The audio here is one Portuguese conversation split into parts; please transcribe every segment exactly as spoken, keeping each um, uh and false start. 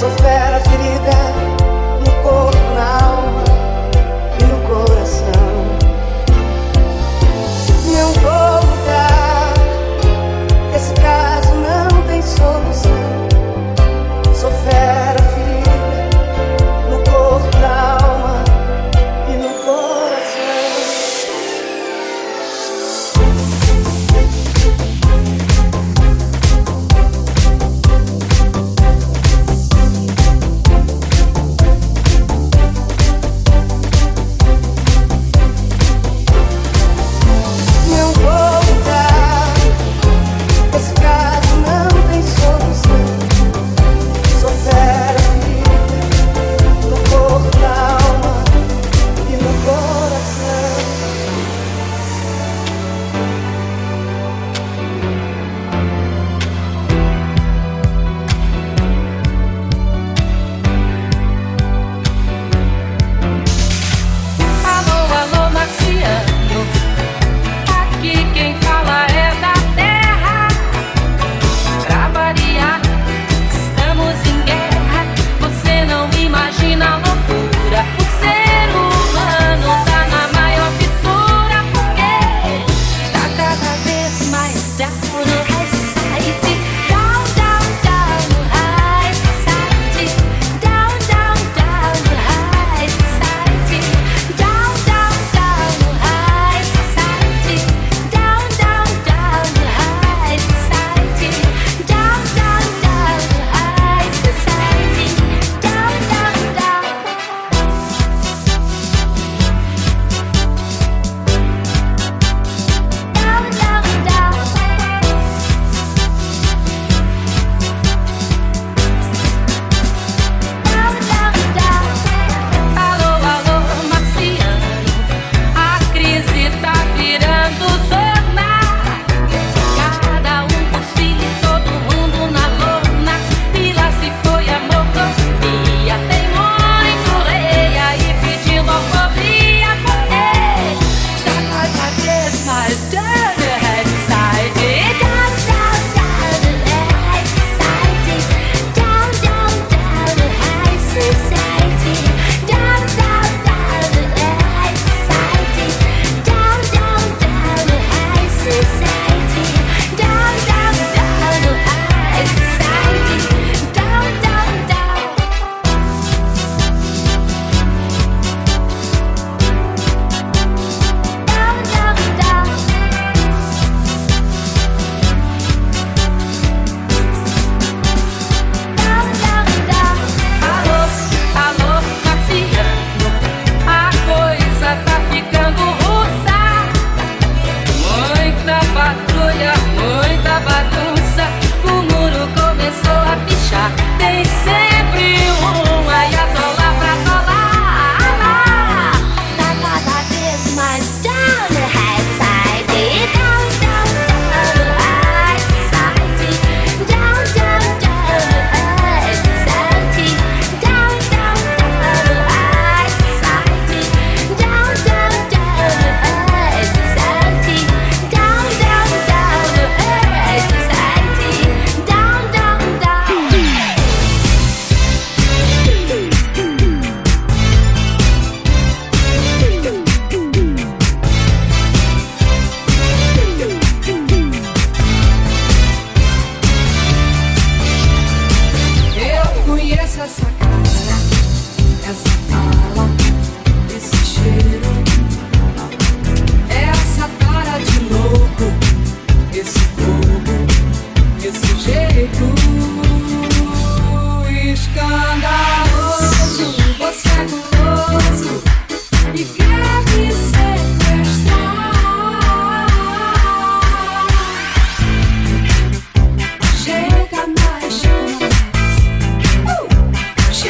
Chega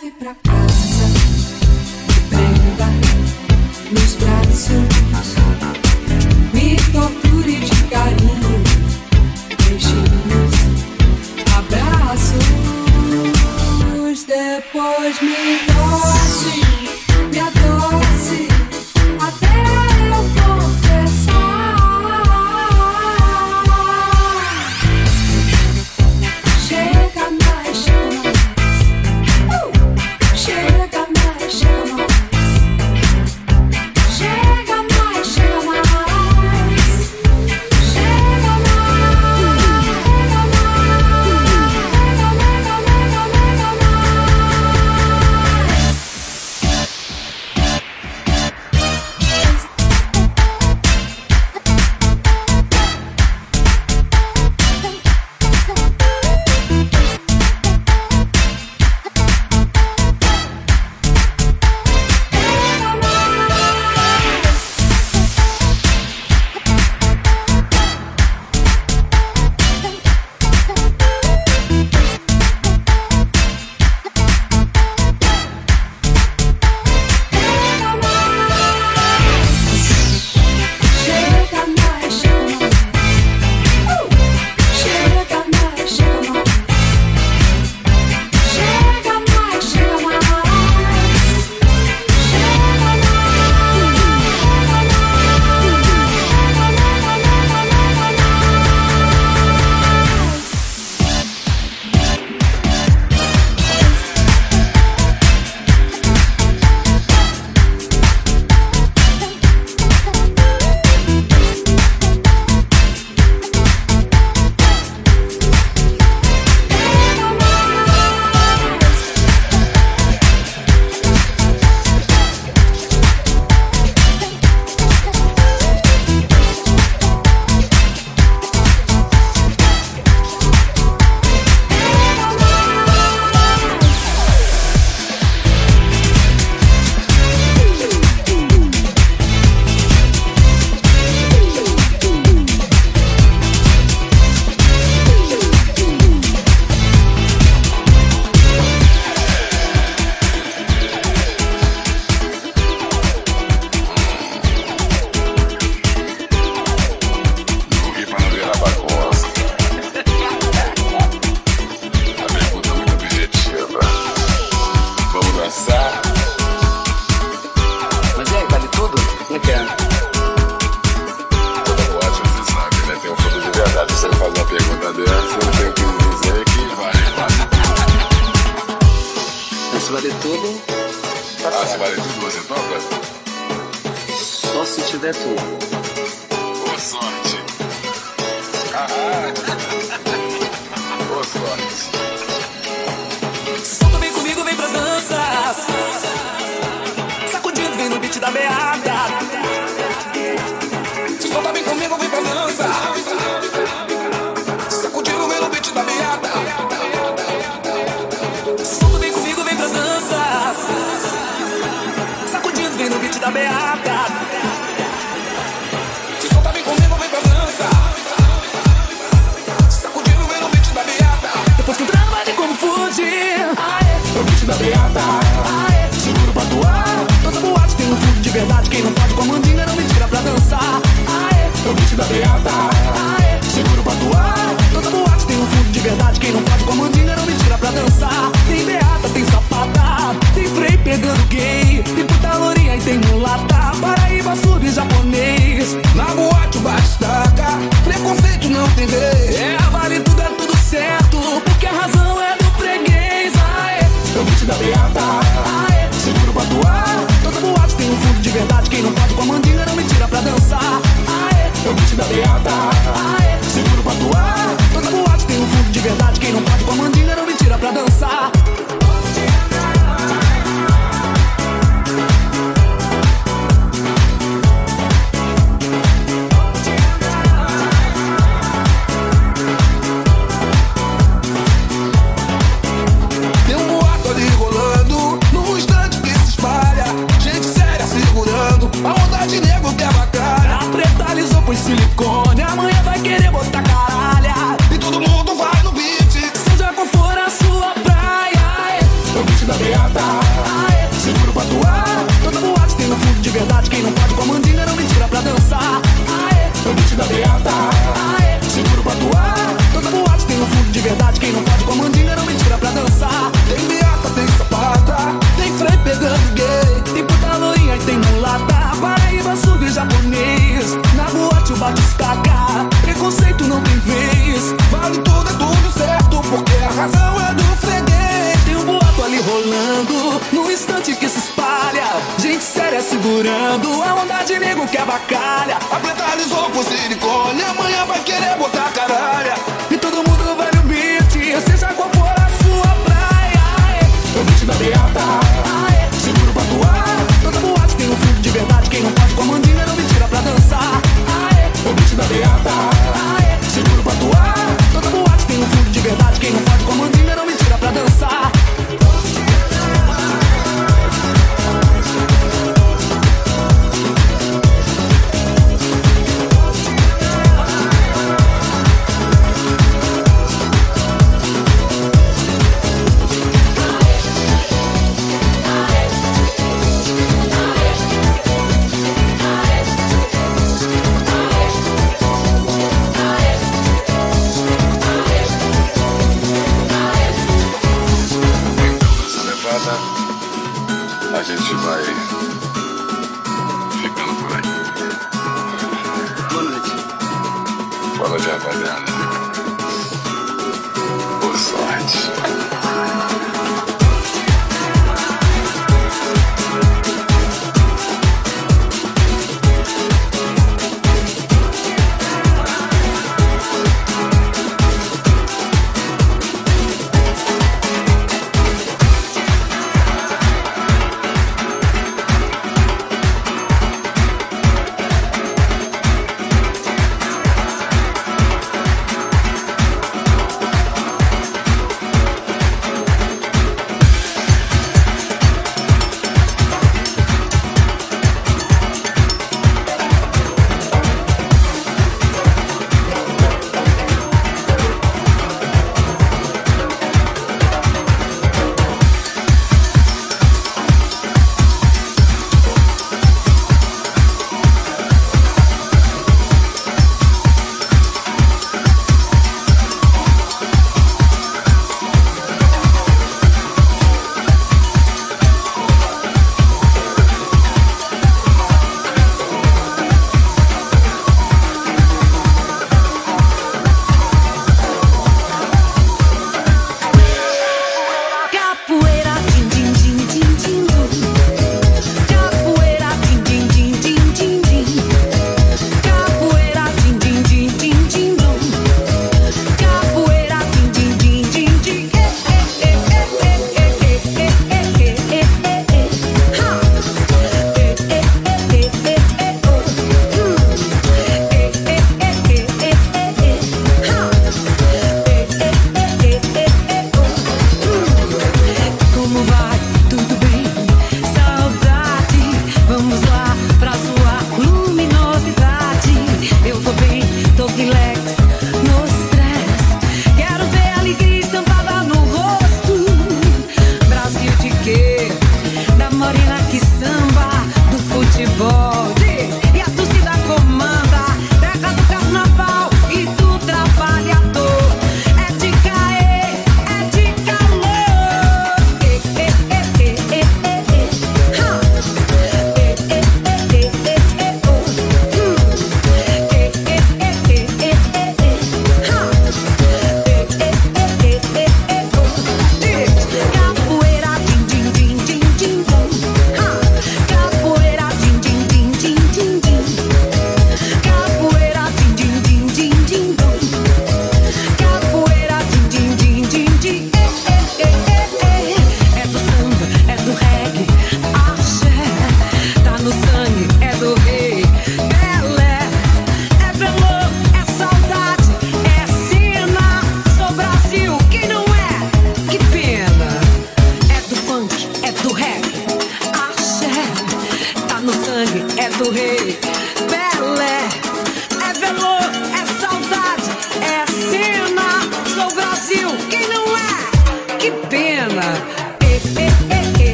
leve pra casa, me prenda nos braços, me torture de carinho, beijinhos, abraços, depois me doce, me adoce, até eu confessar. Chega mais, chega mais, uh! Chega mais, chega mais, chega mais, chega mais, chega nego quer bacalha. Aguenta lisou com silicone, amanhã vai querer botar caralha. E todo mundo vai no beat, seja qual for a sua praia. Eu beat da beata, seguro pra atuar. Toda boate tem um fundo de verdade, quem não pode com a mandinga não me tira pra dançar. Eu beat da beata, seguro pra atuar. Toda boate tem um fundo de verdade, quem não pode com a mandinga não me tira pra dançar.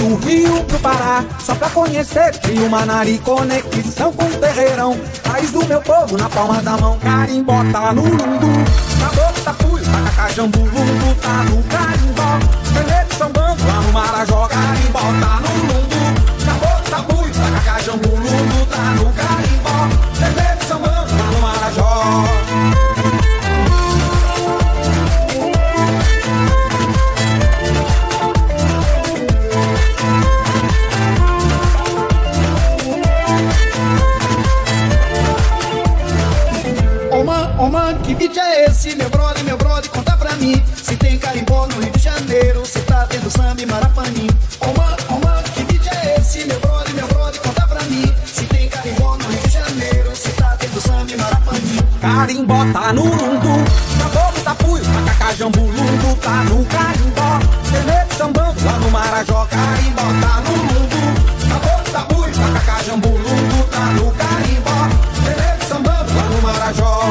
do Rio pro Pará, só pra conhecer Trio Manari, conexão com o terreirão. Raiz do meu povo na palma da mão, carimbota no lundu. Na boca da Puio, tacacá, jambu, lundu, tá no carimbó. Vermelho sambando lá no Marajó, carimbota no lundu. Na boca da Puio, tacacá, jambu, lundu, tá no carimbó. Vermelho sambando lá no Marajó. Ô man, que beat é esse? Meu brother, meu brother, conta pra mim. Se tem carimbó no Rio de Janeiro, se tá tendo samba e marapani. Ô man, ô man, que beat é esse? Meu brother, meu brother, conta pra mim. Se tem carimbó no Rio de Janeiro, se tá tendo samba e marapani. Carimbó tá no lundu, na boca da Puio, tacacá, jambu, lundu, tá no carimbó. Vermelho sambando lá no Marajó, carimbó tá no lundu. Na boca da Puio, tacacá, jambu, lundu, tá no carimbó. Vermelho sambando lá no Marajó.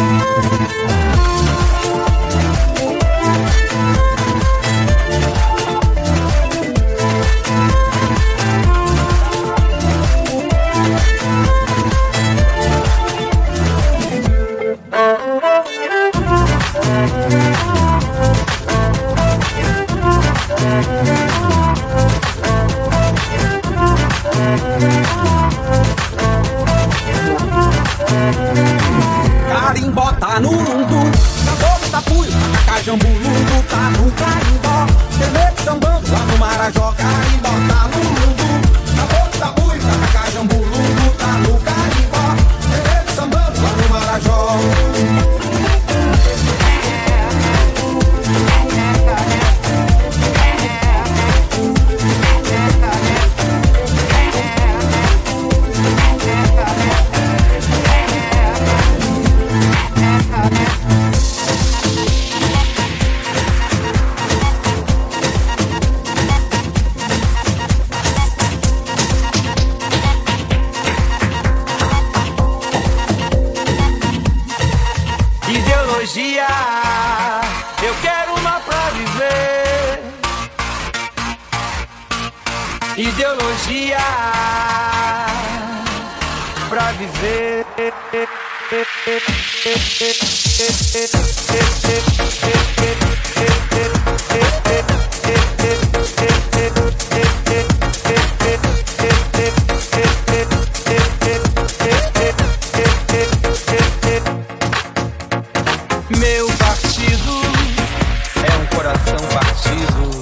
Carimbó tá no lundu, na boca da Puio, tacacá, jambu, lundu, tá no carimbó. Vermelho sambando lá no Marajó, carimbó tá no lundu. Na boca da Puio, tacacá, jambu, lundu, tá no carimbó. Vermelho sambando lá no Marajó. Ideologia, eu quero uma pra viver. Ideologia pra viver. Meu partido é um coração partido,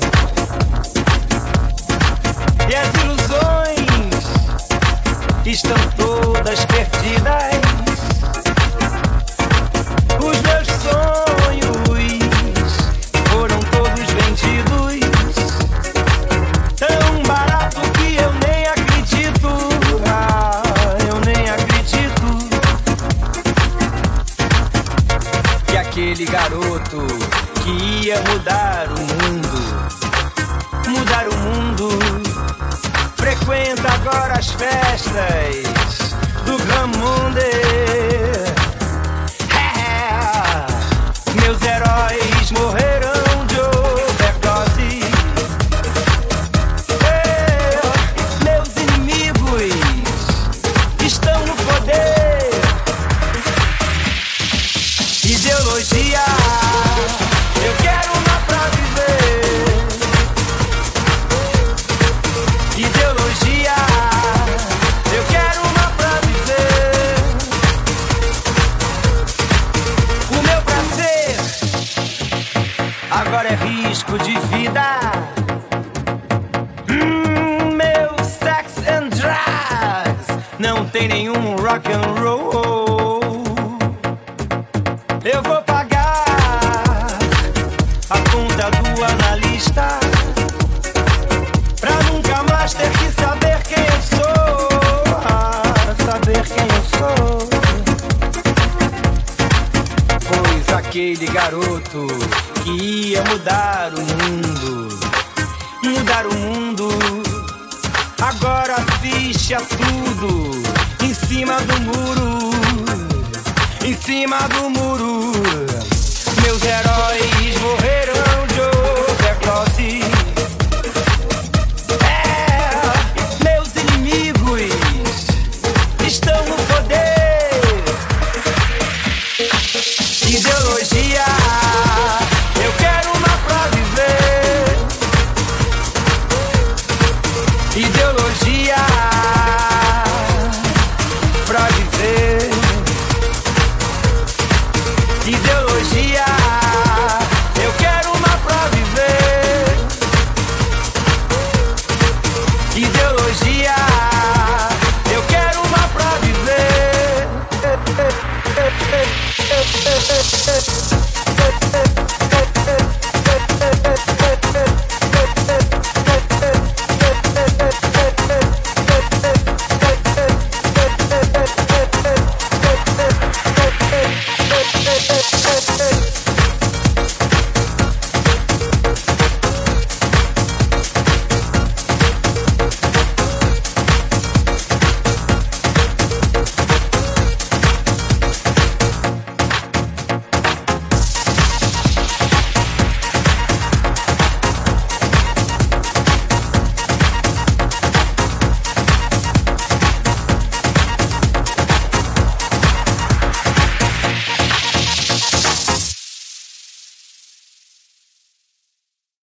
e as ilusões estão todas perdidas. Os meus sonhos foram todos vendidos, tão barato que eu nem acredito. Ah, eu nem acredito que aquele garoto que ia mudar o mundo, mudar o mundo, frequenta agora as festas do Grand Monde. É, meus heróis morreram de overdose. É, meus inimigos estão no poder. Ideologia, eu quero uma pra viver. Ideologia, eu quero uma pra viver. O meu prazer agora é risco de vida. Hum, meu sex and drugs não tem nenhum rock and roll. Eu vou pagar a conta do analista pra nunca mais ter que saber quem eu sou. Ah, saber quem eu sou. Pois aquele garoto que ia mudar o mundo, mudar o mundo, agora ficha tudo em cima do muro, em cima do muro. Meus heróis morreram